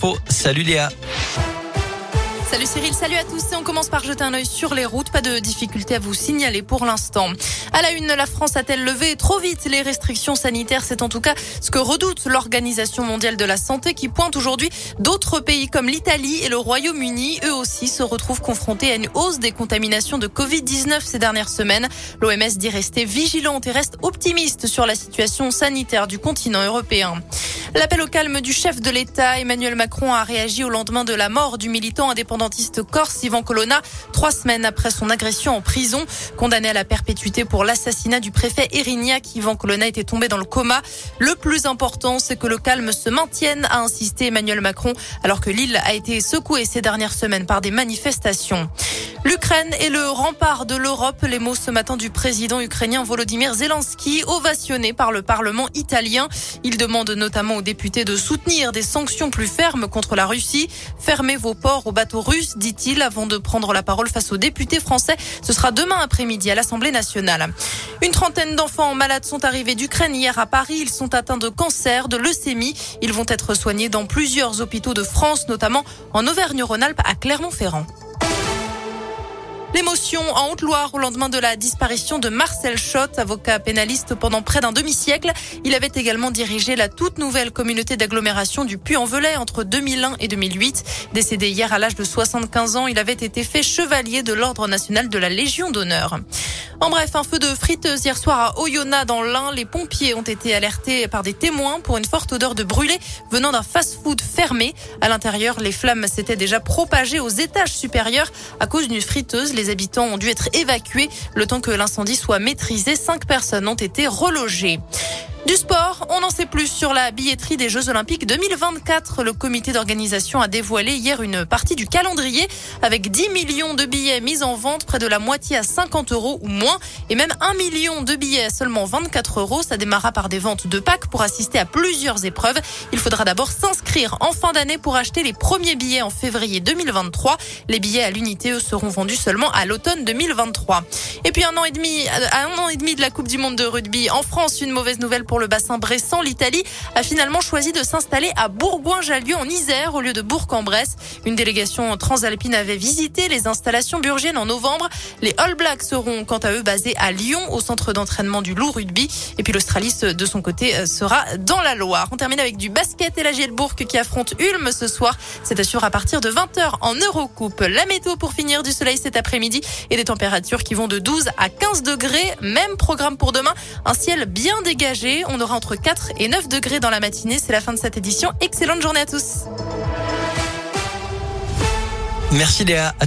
infos. Salut Léa. Salut Cyril, salut à tous et on commence par jeter un œil sur les routes. Pas de difficulté à vous signaler pour l'instant. À la une, la France a-t-elle levé trop vite les restrictions sanitaires? C'est en tout cas ce que redoute l'Organisation mondiale de la santé qui pointe aujourd'hui d'autres pays comme l'Italie et le Royaume-Uni. Eux aussi se retrouvent confrontés à une hausse des contaminations de Covid-19 ces dernières semaines. L'OMS dit rester vigilante et reste optimiste sur la situation sanitaire du continent européen. L'appel au calme du chef de l'État, Emmanuel Macron, a réagi au lendemain de la mort du militant indépendantiste corse Ivan Colonna, 3 semaines après son agression en prison. Condamné à la perpétuité pour l'assassinat du préfet Erignac, Ivan Colonna était tombé dans le coma. Le plus important, c'est que le calme se maintienne, a insisté Emmanuel Macron, alors que l'île a été secouée ces dernières semaines par des manifestations. L'Ukraine est le rempart de l'Europe. Les mots ce matin du président ukrainien Volodymyr Zelensky, ovationné par le Parlement italien. Il demande notamment aux députés de soutenir des sanctions plus fermes contre la Russie. Fermez vos ports aux bateaux russes, dit-il, avant de prendre la parole face aux députés français. Ce sera demain après-midi à l'Assemblée nationale. Une trentaine d'enfants malades sont arrivés d'Ukraine hier à Paris. Ils sont atteints de cancer, de leucémie. Ils vont être soignés dans plusieurs hôpitaux de France, notamment en Auvergne-Rhône-Alpes à Clermont-Ferrand. L'émotion en Haute-Loire au lendemain de la disparition de Marcel Schott, avocat pénaliste pendant près d'un demi-siècle. Il avait également dirigé la toute nouvelle communauté d'agglomération du Puy-en-Velay entre 2001 et 2008. Décédé hier à l'âge de 75 ans, il avait été fait chevalier de l'Ordre national de la Légion d'honneur. En bref, un feu de friteuse hier soir à Oyonnax dans l'Ain. Les pompiers ont été alertés par des témoins pour une forte odeur de brûlé venant d'un fast-food fermé. À l'intérieur, les flammes s'étaient déjà propagées aux étages supérieurs à cause d'une friteuse. Les habitants ont dû être évacués. Le temps que l'incendie soit maîtrisé, 5 personnes ont été relogées. Du sport, on en sait plus sur la billetterie des Jeux Olympiques 2024. Le comité d'organisation a dévoilé hier une partie du calendrier avec 10 millions de billets mis en vente, près de la moitié à 50 € ou moins, et même 1 million de billets à seulement 24 €. Ça démarra par des ventes de packs pour assister à plusieurs épreuves. Il faudra d'abord s'inscrire en fin d'année pour acheter les premiers billets en février 2023. Les billets à l'unité, eux, seront vendus seulement à l'automne 2023. Et puis à un an et demi de la Coupe du Monde de rugby en France, une mauvaise nouvelle pour le bassin bressant. L'Italie a finalement choisi de s'installer à Bourgoin-Jallieu en Isère au lieu de Bourg-en-Bresse. Une délégation transalpine avait visité les installations burgiennes en novembre. Les All Blacks seront quant à eux basés à Lyon au centre d'entraînement du Loup Rugby. Et puis l'Australie de son côté sera dans la Loire. On termine avec du basket et la Gielbourg qui affronte Ulm ce soir. C'est à suivre à partir de 20h en Eurocoupe. La météo pour finir, du soleil cet après-midi et des températures qui vont de 12 à 15 degrés. Même programme pour demain. Un ciel bien dégagé. On aura entre 4 et 9 degrés dans la matinée. C'est la fin de cette édition. Excellente journée à tous. Merci Léa.